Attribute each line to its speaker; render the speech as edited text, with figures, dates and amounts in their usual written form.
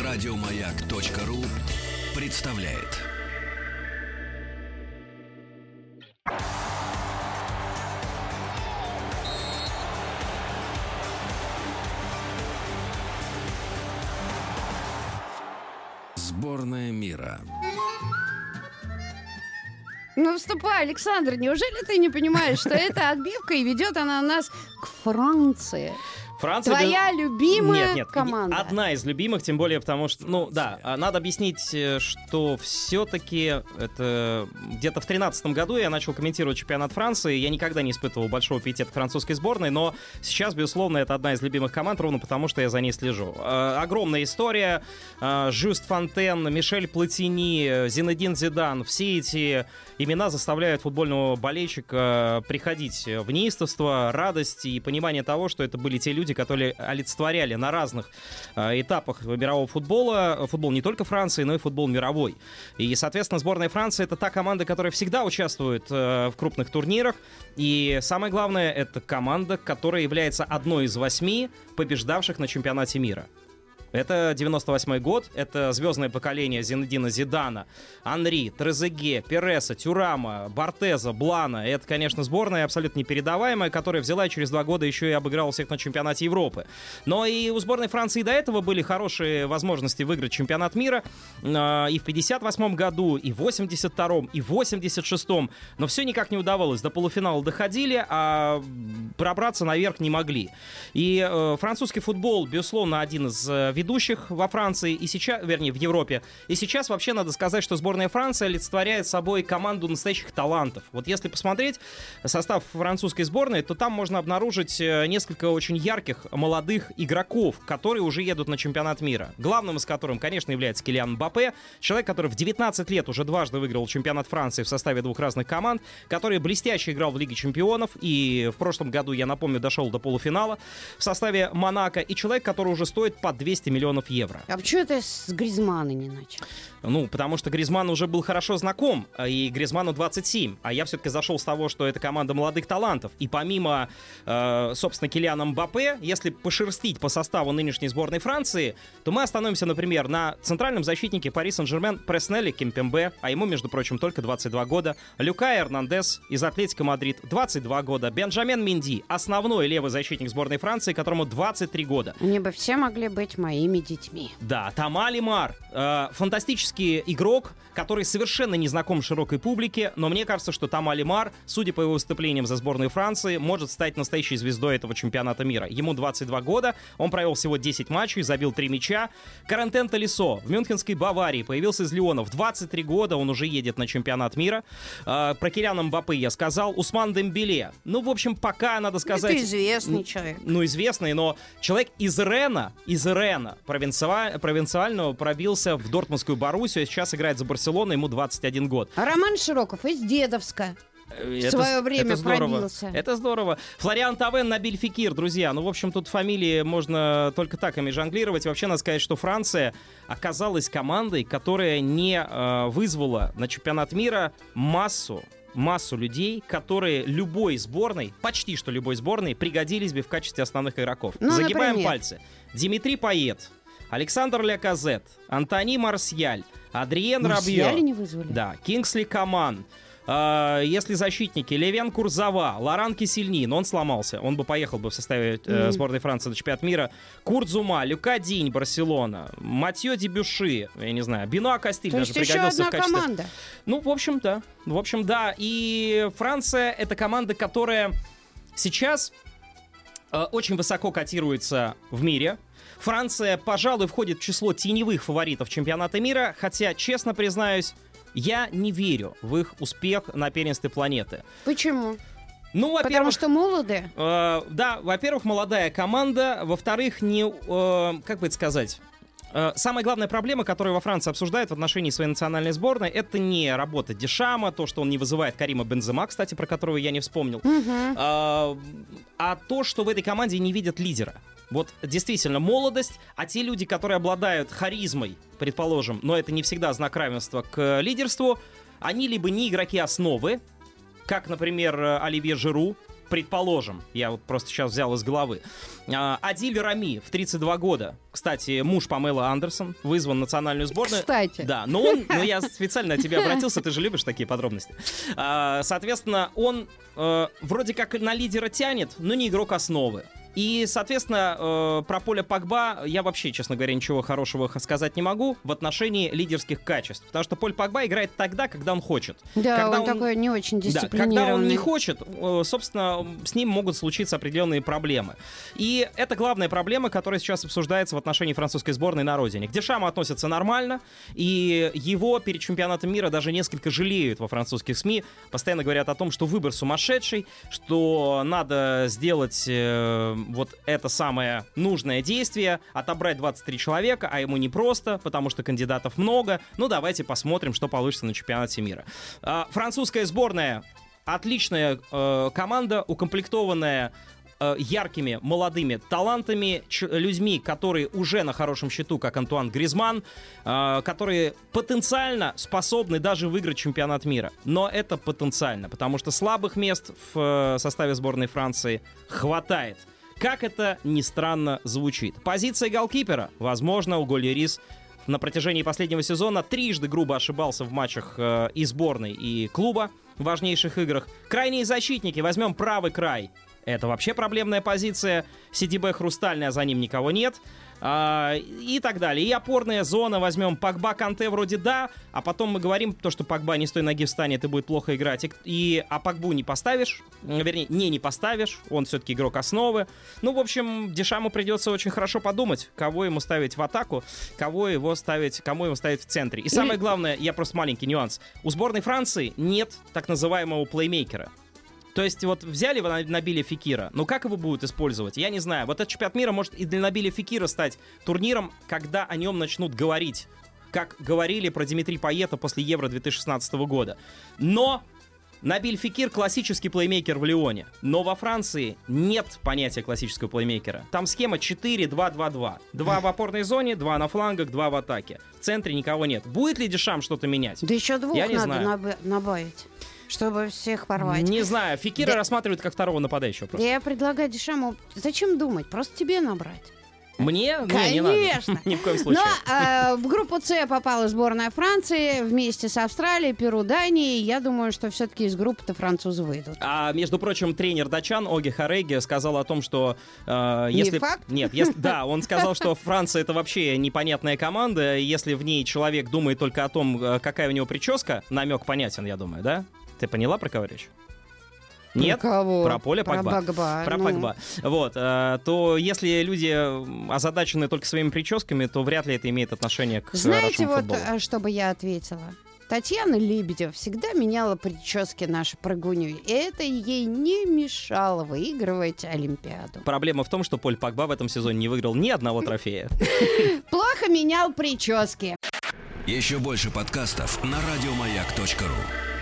Speaker 1: Радиомаяк.ру представляет. Сборная мира.
Speaker 2: Ну, вступай, Александр, неужели ты не понимаешь, что это отбивка, и ведет она нас к Франции?
Speaker 3: Франция...
Speaker 2: Твоя любимая
Speaker 3: Нет,
Speaker 2: команда.
Speaker 3: Одна из любимых, тем более потому что, надо объяснить, что все-таки это где-то в 2013 году я начал комментировать чемпионат Франции. Я никогда не испытывал большого пиетета к французской сборной, но сейчас, безусловно, это одна из любимых команд, ровно потому что я за ней слежу. Огромная история. Жюст Фонтен, Мишель Платини, Зинедин Зидан. Все эти имена заставляют футбольного болельщика приходить в неистовство, радость и понимание того, что это были те люди, которые олицетворяли на разных этапах мирового футбола. Футбол не только Франции, но и футбол мировой. И, соответственно, сборная Франции — это та команда, которая всегда участвует в крупных турнирах. И самое главное, это команда, которая является одной из 8 побеждавших на чемпионате мира. Это 98-й год, это звездное поколение Зинедина Зидана, Анри, Трезеге, Переса, Тюрама, Бартеза, Блана. Это, конечно, сборная абсолютно непередаваемая, которая взяла и через 2 года еще и обыграла всех на чемпионате Европы. Но и у сборной Франции до этого были хорошие возможности выиграть чемпионат мира. И в 58-м году, и в 82-м, и в 86-м. Но все никак не удавалось. До полуфинала доходили, а пробраться наверх не могли. И французский футбол, безусловно, один из ведущих во Франции и сейчас, вернее, в Европе. И сейчас вообще надо сказать, что сборная Франции олицетворяет собой команду настоящих талантов. Вот если посмотреть состав французской сборной, то там можно обнаружить несколько очень ярких молодых игроков, которые уже едут на чемпионат мира. Главным из которых, конечно, является Килиан Мбаппе, человек, который в 19 лет уже дважды выиграл чемпионат Франции в составе 2 разных команд, который блестяще играл в Лиге чемпионов и в прошлом году, я напомню, дошел до полуфинала в составе Монако, и человек, который уже стоит по 200 миллионов евро.
Speaker 2: А почему ты с Гризмана не начал?
Speaker 3: Потому что Гризман уже был хорошо знаком, и Гризману 27, а я все-таки зашел с того, что это команда молодых талантов, и помимо, собственно, Килиана Мбаппе, если пошерстить по составу нынешней сборной Франции, то мы остановимся, например, на центральном защитнике Пари Сен-Жермен Преснелли Кимпембе, а ему, между прочим, только 22 года, Люка Эрнандес из Атлетико Мадрид, 22 года, Бенджамен Менди, основной левый защитник сборной Франции, которому 23 года.
Speaker 2: Они бы все могли быть моими детьми.
Speaker 3: Да, Тома Лемар, фантастический игрок, который совершенно не знаком широкой публике, но мне кажется, что Тома Лемар, судя по его выступлениям за сборную Франции, может стать настоящей звездой этого чемпионата мира. Ему 22 года, он провел всего 10 матчей, забил 3 мяча. Корентен Толисо в мюнхенской Баварии появился из Лиона в 23 года, он уже едет на чемпионат мира. Про Килиана Мбаппе я сказал. Усман Дембеле. В общем, пока, надо сказать...
Speaker 2: Это известный человек.
Speaker 3: Известный, но человек из Рена провинциального пробился в Дортмундскую Боруссию, сейчас играет за Барселону, ему 21 год.
Speaker 2: А Роман Широков из Дедовска в свое время пробился.
Speaker 3: Это здорово. Флориан Тавен, Набиль Фекир, друзья. В общем, тут фамилии можно только так ими жонглировать. Вообще, надо сказать, что Франция оказалась командой, которая не вызвала на чемпионат мира массу людей, которые любой сборной, почти что любой сборной, пригодились бы в качестве основных игроков. Загибаем
Speaker 2: например?
Speaker 3: пальцы. Димитри Пает, Александр Ляказет, Антони Марсьяль, Адриен Рабье.
Speaker 2: Марсьяля не вызвали?
Speaker 3: Да, Кингсли Коман. Если защитники, Левен Курзава, Лоран Кисельни, но он сломался, он бы поехал бы в составе сборной Франции на чемпионат мира. Курт Зума, Люка Динь, Барселона, Матьё Дебюши, я не знаю, Бенуа Кастиль даже пригодился в качестве...
Speaker 2: команда.
Speaker 3: В общем, да. И Франция — это команда, которая сейчас очень высоко котируется в мире. Франция, пожалуй, входит в число теневых фаворитов чемпионата мира, хотя, честно признаюсь, я не верю в их успех на первенстве планеты.
Speaker 2: Почему?
Speaker 3: Во-первых,
Speaker 2: потому что молодые?
Speaker 3: Да, во-первых, молодая команда. Во-вторых, как бы это сказать... Самая главная проблема, которую во Франции обсуждают в отношении своей национальной сборной, это не работа Дешама, то, что он не вызывает Карима Бензема, кстати, про которого я не вспомнил, а то, что в этой команде не видят лидера. Вот действительно молодость, а те люди, которые обладают харизмой, предположим, но это не всегда знак равенства к лидерству, они либо не игроки основы, как, например, Оливье Жиру, предположим, я вот просто сейчас взял из головы. Адиль Рами в 32 года. Кстати, муж Памелы Андерсон, вызван в национальную сборную.
Speaker 2: Кстати.
Speaker 3: Да, но я специально на тебя обратился, ты же любишь такие подробности. Соответственно, он вроде как на лидера тянет, но не игрок основы. И, соответственно, про Поля Погба я вообще, честно говоря, ничего хорошего сказать не могу в отношении лидерских качеств. Потому что Поль Погба играет тогда, когда он хочет.
Speaker 2: Да,
Speaker 3: когда
Speaker 2: он такой не очень дисциплинированный.
Speaker 3: Да, когда он не хочет, собственно, с ним могут случиться определенные проблемы. И это главная проблема, которая сейчас обсуждается в отношении французской сборной на родине. К Дешаму относятся нормально, и его перед чемпионатом мира даже несколько жалеют во французских СМИ. Постоянно говорят о том, что выбор сумасшедший, что надо сделать вот это самое нужное действие, отобрать 23 человека, а ему непросто, потому что кандидатов много. Ну, давайте посмотрим, что получится на чемпионате мира. Французская сборная отличная команда, укомплектованная яркими, молодыми талантами, людьми, которые уже на хорошем счету, как Антуан Гризман, которые потенциально способны даже выиграть чемпионат мира. Но это потенциально, потому что слабых мест в составе сборной Франции хватает. Как это ни странно звучит. Позиция голкипера, возможно, Уго Льорис на протяжении последнего сезона трижды грубо ошибался в матчах и сборной, и клуба в важнейших играх. Крайние защитники, возьмем правый край. Это вообще проблемная позиция. Сидибе хрустальная, за ним никого нет. И так далее. И опорная зона возьмем. Погба, Канте вроде да, а потом мы говорим, то, что Погба не с той ноги встанет и будет плохо играть. А Погбу не поставишь, вернее, не поставишь, он все-таки игрок основы. Ну, в общем, Дешаму придется очень хорошо подумать, кого ему ставить в атаку, кому его ставить в центре. И самое главное, я просто маленький нюанс. У сборной Франции нет так называемого плеймейкера. То есть вот взяли Набиля Фекира, но как его будут использовать, я не знаю. Вот этот чемпионат мира может и для Набиля Фекира стать турниром, когда о нем начнут говорить, как говорили про Димитри Пайета после Евро 2016 года. Но Набиль Фекир классический плеймейкер в Лионе, но во Франции нет понятия классического плеймейкера. Там схема 4-2-2-2. 2 в опорной зоне, 2 на флангах, 2 в атаке. В центре никого нет. Будет ли Дешам что-то менять?
Speaker 2: Да еще 2
Speaker 3: я не
Speaker 2: надо
Speaker 3: знаю.
Speaker 2: Набавить, чтобы всех порвать.
Speaker 3: Не знаю, Фекира рассматривают как второго нападающего просто.
Speaker 2: Я предлагаю Дешаму, зачем думать, просто тебе набрать.
Speaker 3: Мне?
Speaker 2: Конечно.
Speaker 3: Не надо. Ни в коем случае.
Speaker 2: Но в группу С попала сборная Франции вместе с Австралией, Перу, Данией. Я думаю, что все-таки из группы-то французы выйдут.
Speaker 3: Между прочим, тренер датчан Оги Хареги сказал о том, что
Speaker 2: если... Не факт?
Speaker 3: Нет, да, он сказал, что Франция — это вообще непонятная команда. Если в ней человек думает только о том, какая у него прическа, намек понятен, я думаю, да? Ты поняла, про кого речь? Нет?
Speaker 2: Про кого?
Speaker 3: Про Поля Погба. Про Погба. Вот. То если люди озадачены только своими прическами, то вряд ли это имеет отношение к
Speaker 2: Знаете,
Speaker 3: нашему футболу.
Speaker 2: вот, что бы я ответила? Татьяна Лебедева всегда меняла прически нашей прыгунью, и это ей не мешало выигрывать Олимпиаду.
Speaker 3: Проблема в том, что Поль Погба в этом сезоне не выиграл ни одного трофея.
Speaker 2: Плохо менял прически.
Speaker 1: Еще больше подкастов на радиомаяк.ру.